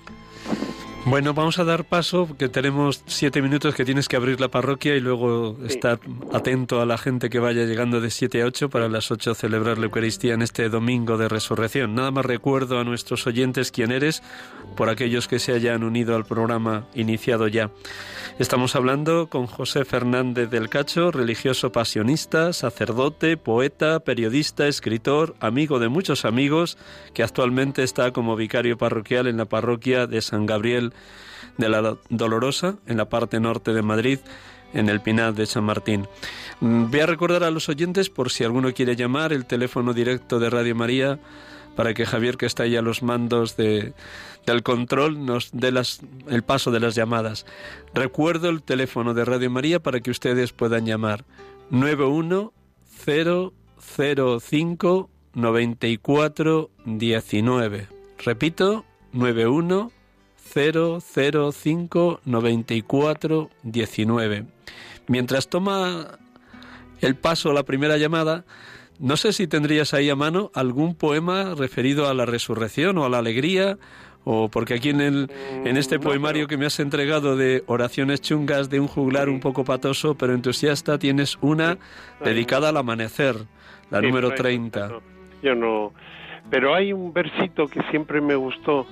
Bueno, vamos a dar paso, porque tenemos siete minutos que tienes que abrir la parroquia y luego sí. estar atento a la gente que vaya llegando de siete a ocho para las ocho celebrar la Eucaristía en este domingo de Resurrección. Nada más recuerdo a nuestros oyentes quién eres, por aquellos que se hayan unido al programa iniciado ya. Estamos hablando con José Fernández del Cacho, religioso pasionista, sacerdote, poeta, periodista, escritor, amigo de muchos amigos, que actualmente está como vicario parroquial en la parroquia de San Gabriel de la Dolorosa, en la parte norte de Madrid, en el Pinar de San Martín. Voy a recordar a los oyentes, por si alguno quiere llamar, el teléfono directo de Radio María, para que Javier, que está ahí a los mandos de, del control, nos dé las, el paso de las llamadas. Recuerdo el teléfono de Radio María para que ustedes puedan llamar: nueve uno cero cero cinco nueve cuatro uno nueve. Repito, nueve uno cero cero cinco nueve cuatro uno nueve. Mientras toma el paso la primera llamada, no sé si tendrías ahí a mano algún poema referido a la resurrección o a la alegría, o porque aquí en el en este poemario que me has entregado de oraciones chungas de un juglar un poco patoso pero entusiasta, tienes una dedicada al amanecer, la sí, número treinta. No, yo no, pero hay un versito que siempre me gustó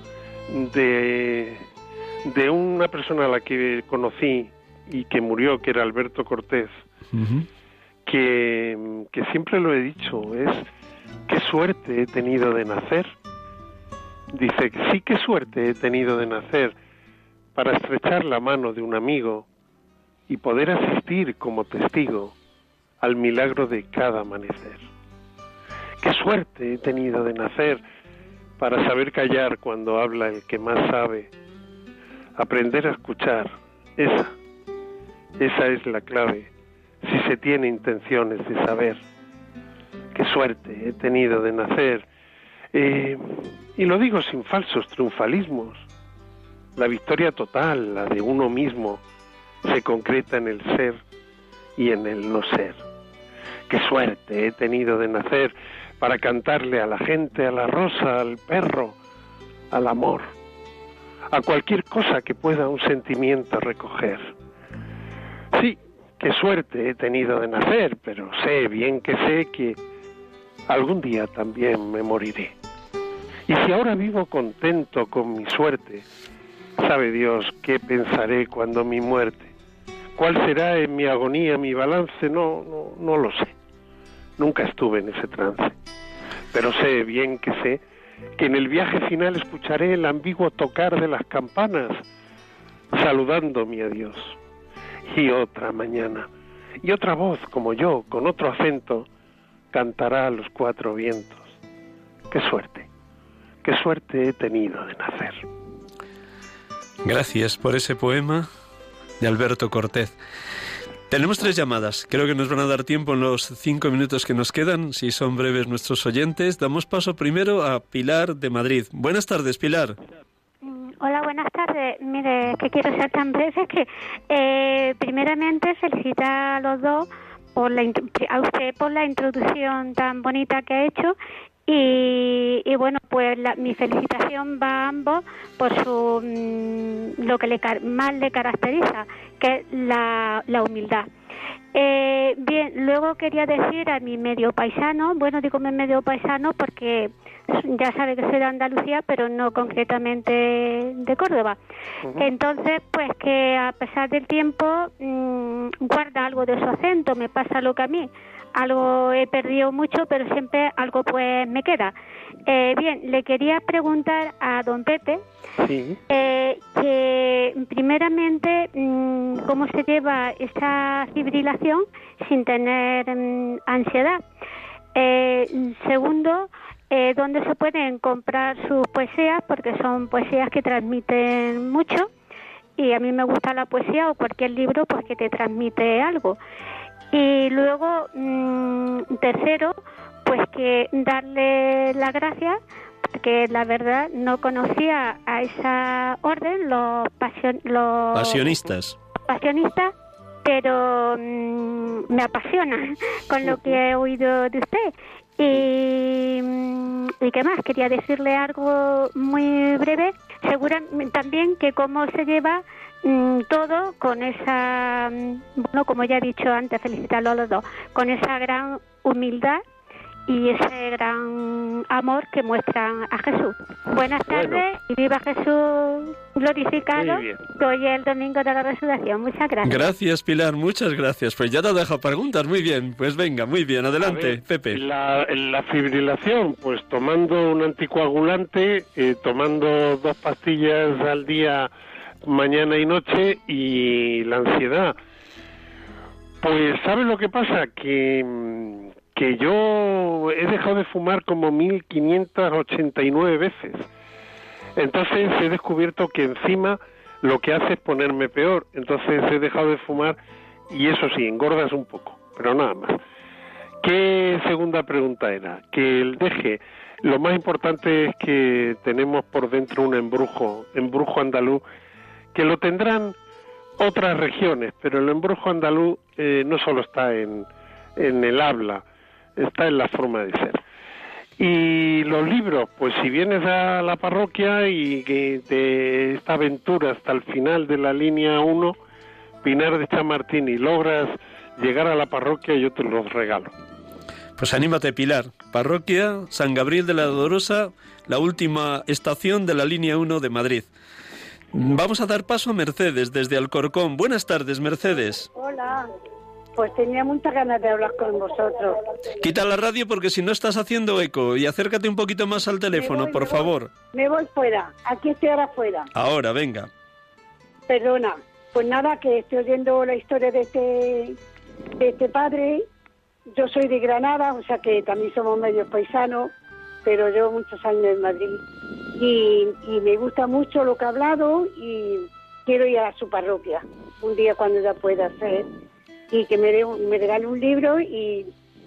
de, de una persona a la que conocí y que murió, que era Alberto Cortés, uh-huh. que, que siempre lo he dicho, es: qué suerte he tenido de nacer. Dice, sí, qué suerte he tenido de nacer para estrechar la mano de un amigo y poder asistir como testigo al milagro de cada amanecer. Qué suerte he tenido de nacer para saber callar cuando habla el que más sabe, aprender a escuchar, esa, esa es la clave, si se tiene intenciones de saber. Qué suerte he tenido de nacer, eh, y lo digo sin falsos triunfalismos. La victoria total, la de uno mismo, se concreta en el ser y en el no ser. Qué suerte he tenido de nacer para cantarle a la gente, a la rosa, al perro, al amor, a cualquier cosa que pueda un sentimiento recoger. Sí, qué suerte he tenido de nacer, pero sé, bien que sé, que algún día también me moriré. Y si ahora vivo contento con mi suerte, sabe Dios qué pensaré cuando mi muerte. ¿Cuál será en mi agonía mi balance? No, no, no lo sé. Nunca estuve en ese trance. Pero sé, bien que sé, que en el viaje final escucharé el ambiguo tocar de las campanas, saludando mi adiós. Y otra mañana, y otra voz como yo, con otro acento, cantará a los cuatro vientos. Qué suerte, qué suerte he tenido de nacer. Gracias por ese poema de Alberto Cortés. Tenemos tres llamadas. Creo que nos van a dar tiempo en los cinco minutos que nos quedan, si son breves nuestros oyentes. Damos paso primero a Pilar de Madrid. Buenas tardes, Pilar. Hola, buenas tardes. Mire, que quiero ser tan breve que eh, primeramente felicitar a los dos por la a usted por la introducción tan bonita que ha hecho. Y, y bueno, pues la, mi felicitación va a ambos por su mmm, lo que le, más le caracteriza, que es la, la humildad. Eh, bien, luego quería decir a mi medio paisano, bueno, digo mi medio paisano porque ya sabe que soy de Andalucía, pero no concretamente de Córdoba. Uh-huh. Entonces, pues que a pesar del tiempo mmm, guarda algo de su acento, me pasa lo que a mí. Algo he perdido mucho, pero siempre algo pues me queda. Eh, bien, le quería preguntar a don Pepe sí. eh, que primeramente mmm, cómo se lleva esa fibrilación sin tener mmm, ansiedad. Eh, segundo, eh, dónde se pueden comprar sus poesías, porque son poesías que transmiten mucho y a mí me gusta la poesía o cualquier libro pues que te transmite algo. Y luego, mmm, tercero, pues que darle las gracias, porque la verdad no conocía a esa orden, los, pasion, los pasionistas, pasionistas, pero mmm, me apasiona con lo que he oído de usted. Y, y qué más, quería decirle algo muy breve, seguramente también que cómo se lleva mm, todo con esa, bueno, como ya he dicho antes, felicitarlo a los dos, con esa gran humildad y ese gran amor que muestran a Jesús. Buenas tardes, bueno. Y viva Jesús glorificado, que hoy es el domingo de la resurrección. Muchas gracias. Gracias, Pilar, muchas gracias. Pues ya te dejo preguntas, muy bien. Pues venga, muy bien, adelante, ver, Pepe. La, la fibrilación, pues tomando un anticoagulante, eh, tomando dos pastillas al día, mañana y noche, y la ansiedad. Pues, ¿sabes lo que pasa? Que... que yo he dejado de fumar como mil quinientas ochenta y nueve veces. Entonces he descubierto que encima lo que hace es ponerme peor. Entonces he dejado de fumar y eso sí, engordas un poco, pero nada más. ¿Qué segunda pregunta era? Que el deje. Lo más importante es que tenemos por dentro un embrujo, embrujo andaluz, que lo tendrán otras regiones, pero el embrujo andaluz eh, no solo está en, en el habla, está en la forma de ser. Y los libros, pues si vienes a la parroquia y que de esta aventura hasta el final de la línea uno, Pinar de Chamartín, y logras llegar a la parroquia, yo te los regalo. Pues anímate, Pilar. Parroquia San Gabriel de la Dolorosa, la última estación de la línea uno de Madrid. Vamos a dar paso a Mercedes desde Alcorcón. Buenas tardes, Mercedes. Hola. Pues tenía muchas ganas de hablar con vosotros. Quita la radio porque si no estás haciendo eco y acércate un poquito más al teléfono, voy, por me favor. Voy, me voy fuera, aquí estoy ahora fuera. Ahora, venga. Perdona, pues nada, que estoy oyendo la historia de este, de este padre. Yo soy de Granada, o sea que también somos medios paisanos, pero llevo muchos años en Madrid. Y, y me gusta mucho lo que ha hablado y quiero ir a su parroquia un día cuando ya pueda hacer. Y que me, de, me regale un libro y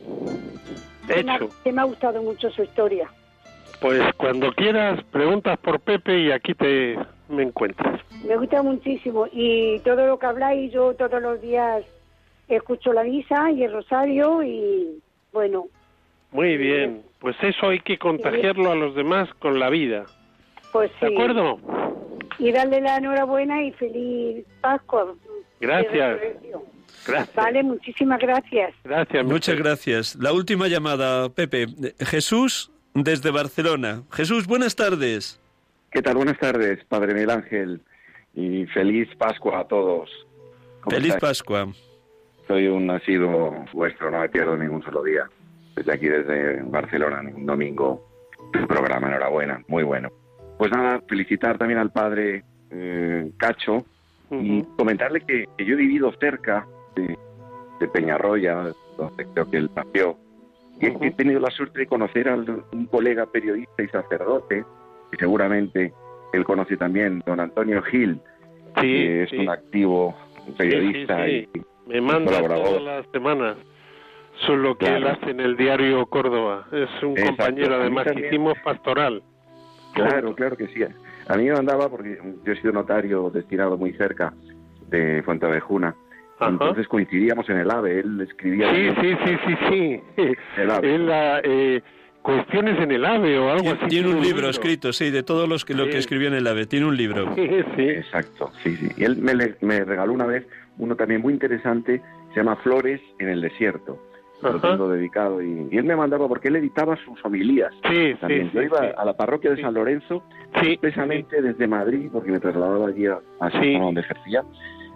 que me, ha, que me ha gustado mucho su historia. Pues cuando quieras, preguntas por Pepe y aquí te me encuentras. Me gusta muchísimo y todo lo que habláis, yo todos los días escucho la misa y el rosario y bueno. Muy bien, pues eso hay que contagiarlo a los demás con la vida. Pues sí. ¿De acuerdo? Y darle la enhorabuena y feliz Pascua. Gracias. Gracias. Vale, muchísimas gracias. Gracias. Muchas gracias. La última llamada, Pepe. Jesús, desde Barcelona. Jesús, buenas tardes. ¿Qué tal? Buenas tardes, Padre Miguel Ángel. Y feliz Pascua a todos. Feliz estáis? Pascua. Soy un nacido vuestro, no me pierdo ningún solo día. Desde aquí, desde Barcelona, un domingo, el programa, enhorabuena, muy bueno. Pues nada, felicitar también al Padre eh, Cacho uh-huh. y comentarle que, que yo he vivido cerca de, de Peñarroya, donde creo que él nació, y uh-huh. he tenido la suerte de conocer a un colega periodista y sacerdote, que seguramente él conoce también, don Antonio Gil, sí, que es sí. un activo periodista sí, sí, sí. y me manda todas las semanas. Eso es lo que claro. él hace en el diario Córdoba. Es un Exacto. compañero, además, que hicimos pastoral. Claro, claro que sí. A mí me mandaba, porque yo he sido notario destinado muy cerca de Fuenteovejuna, entonces coincidíamos en el AVE, él escribía... Sí, sí, sí, sí, sí. El AVE. Él, eh, cuestiones en el AVE o algo tiene, así. Tiene un libro, libro escrito, sí, de todos los que, sí. lo que escribió en el AVE, tiene un libro. Sí, sí. Exacto, sí, sí. Y él me, me regaló una vez uno también muy interesante, se llama Flores en el desierto. Lo tengo dedicado y, y él me mandaba porque él editaba sus homilías sí, también. Sí, yo iba sí, a la parroquia de sí. San Lorenzo sí, precisamente sí. desde Madrid porque me trasladaba allí a, a sí. donde ejercía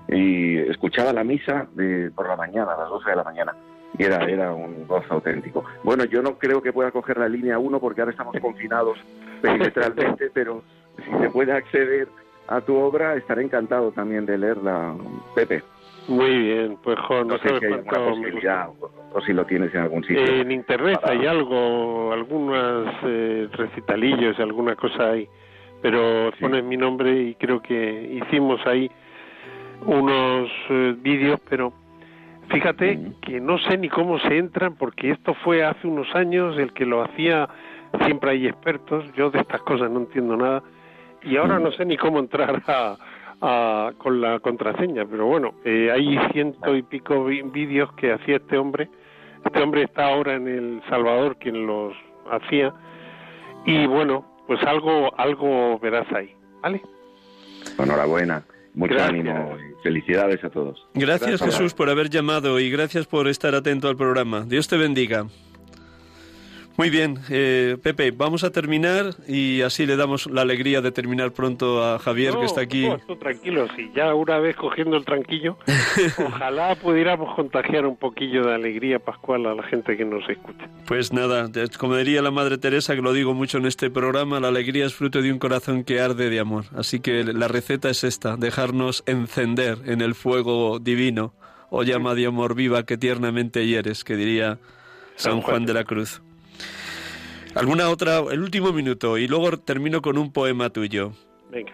y escuchaba la misa de, por la mañana, a las doce de la mañana y era, era un gozo auténtico. Bueno, yo no creo que pueda coger la línea uno porque ahora estamos confinados perimetralmente, pero si se puede acceder a tu obra estaré encantado también de leerla, Pepe. Muy bien, pues jo, no, no sé sabes si hay alguna posibilidad o, o si lo tienes en algún sitio. Eh, en internet para... hay algo, algunos eh, recitalillos, alguna cosa hay, pero sí. pones mi nombre y creo que hicimos ahí unos eh, vídeos, pero fíjate sí. que no sé ni cómo se entran porque esto fue hace unos años, el que lo hacía, siempre hay expertos, yo de estas cosas no entiendo nada y ahora sí. no sé ni cómo entrar a... A, con la contraseña, pero bueno, eh, hay ciento y pico vídeos que hacía este hombre. Este hombre está ahora en El Salvador, quien los hacía, y bueno, pues algo algo verás ahí, ¿vale? Enhorabuena, mucho gracias. ánimo y felicidades a todos. Gracias, gracias Jesús, por haber llamado y gracias por estar atento al programa. Dios te bendiga. Muy bien, eh, Pepe, vamos a terminar y así le damos la alegría de terminar pronto a Javier, no, que está aquí. No, tú tranquilo, si ya una vez cogiendo el tranquillo, ojalá pudiéramos contagiar un poquillo de alegría pascual a la gente que nos escucha. Pues nada, como diría la Madre Teresa, que lo digo mucho en este programa, la alegría es fruto de un corazón que arde de amor. Así que la receta es esta, dejarnos encender en el fuego divino, o llama de amor viva que tiernamente hieres, que diría San Juan de la Cruz. ¿Alguna otra? El último minuto y luego termino con un poema tuyo. Venga.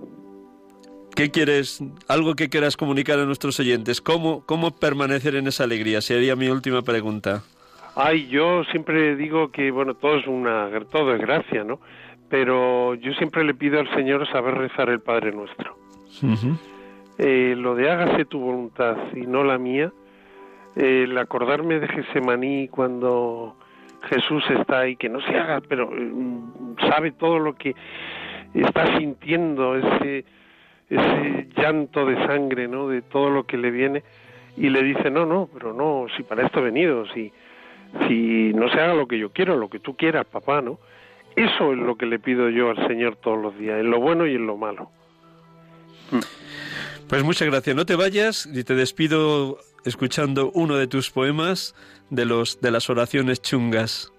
¿Qué quieres? Algo que quieras comunicar a nuestros oyentes. ¿Cómo, cómo permanecer en esa alegría? Sería mi última pregunta. Ay, yo siempre digo que, bueno, todo es una, todo es gracia, ¿no? Pero yo siempre le pido al Señor saber rezar el Padre Nuestro. Uh-huh. Eh, lo de hágase tu voluntad y no la mía, eh, el acordarme de Getsemaní cuando Jesús está ahí, que no se haga, pero eh, sabe todo lo que está sintiendo, ese, ese llanto de sangre, ¿no? De todo lo que le viene, y le dice, no, no, pero no, si para esto he venido, si, si no se haga lo que yo quiero, lo que tú quieras, papá, ¿no? Eso es lo que le pido yo al Señor todos los días, en lo bueno y en lo malo. Pues muchas gracias. No te vayas y te despido escuchando uno de tus poemas de los de las oraciones chungas.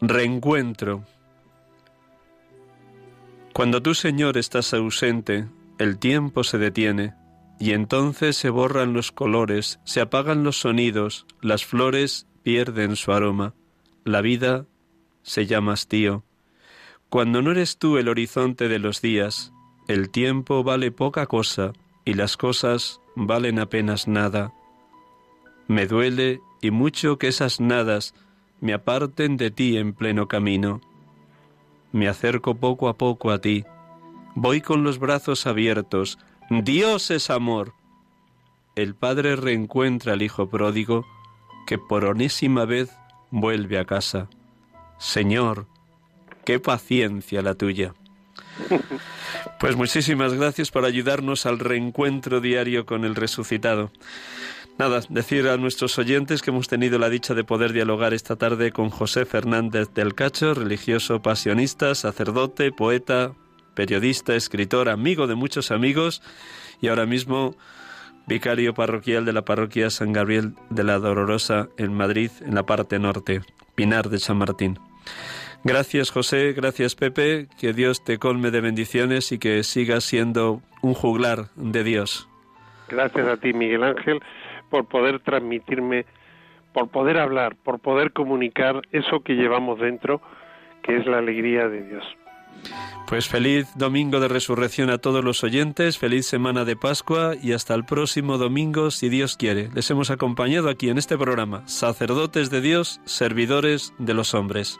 Reencuentro. Cuando tú, Señor, estás ausente, el tiempo se detiene, y entonces se borran los colores, se apagan los sonidos, las flores pierden su aroma, la vida se llama hastío. Cuando no eres tú el horizonte de los días, el tiempo vale poca cosa y las cosas valen apenas nada. Me duele y mucho que esas nadas me aparten de ti en pleno camino. Me acerco poco a poco a ti, voy con los brazos abiertos. Dios es amor. El padre reencuentra al hijo pródigo que por onésima vez vuelve a casa. Señor, qué paciencia la tuya. Pues muchísimas gracias por ayudarnos al reencuentro diario con el resucitado. Nada, decir a nuestros oyentes que hemos tenido la dicha de poder dialogar esta tarde con José Fernández del Cacho, religioso pasionista, sacerdote, poeta, periodista, escritor, amigo de muchos amigos y ahora mismo vicario parroquial de la parroquia San Gabriel de la Dolorosa en Madrid, en la parte norte, Pinar de San Martín. Gracias José, gracias Pepe, que Dios te colme de bendiciones y que sigas siendo un juglar de Dios. Gracias a ti, Miguel Ángel, por poder transmitirme, por poder hablar, por poder comunicar eso que llevamos dentro, que es la alegría de Dios. Pues feliz domingo de resurrección a todos los oyentes, feliz semana de Pascua y hasta el próximo domingo, si Dios quiere. Les hemos acompañado aquí en este programa, sacerdotes de Dios, servidores de los hombres.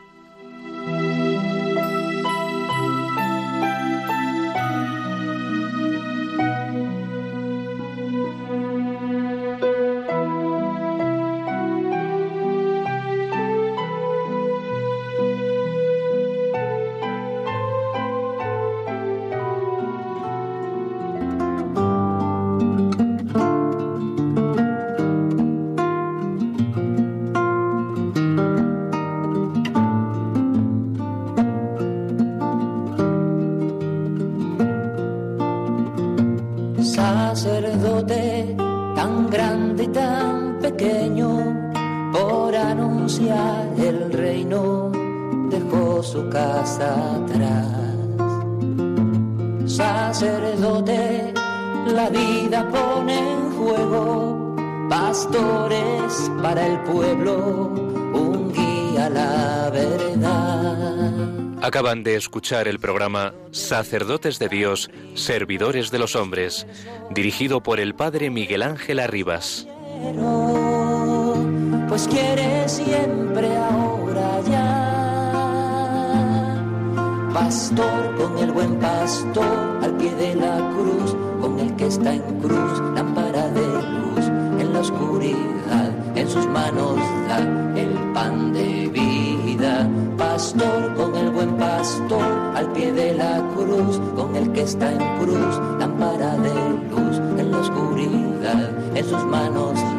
Sacerdote tan grande y tan pequeño, por anunciar el reino dejó su casa atrás. Sacerdote, la vida pone en juego, pastores para el pueblo, un guía a la verdad. Acaban de escuchar el programa Sacerdotes de Dios, Servidores de los Hombres, dirigido por el padre Miguel Ángel Arribas. Pues quiere siempre ahora ya, pastor con el buen pastor, al pie de la cruz, con el que está en cruz, lámpara de luz en la oscuridad, en sus manos da el pan de vida. Pastor con el buen pastor, al pie de la cruz, con el que está en cruz, lámpara de luz en la oscuridad, en sus manos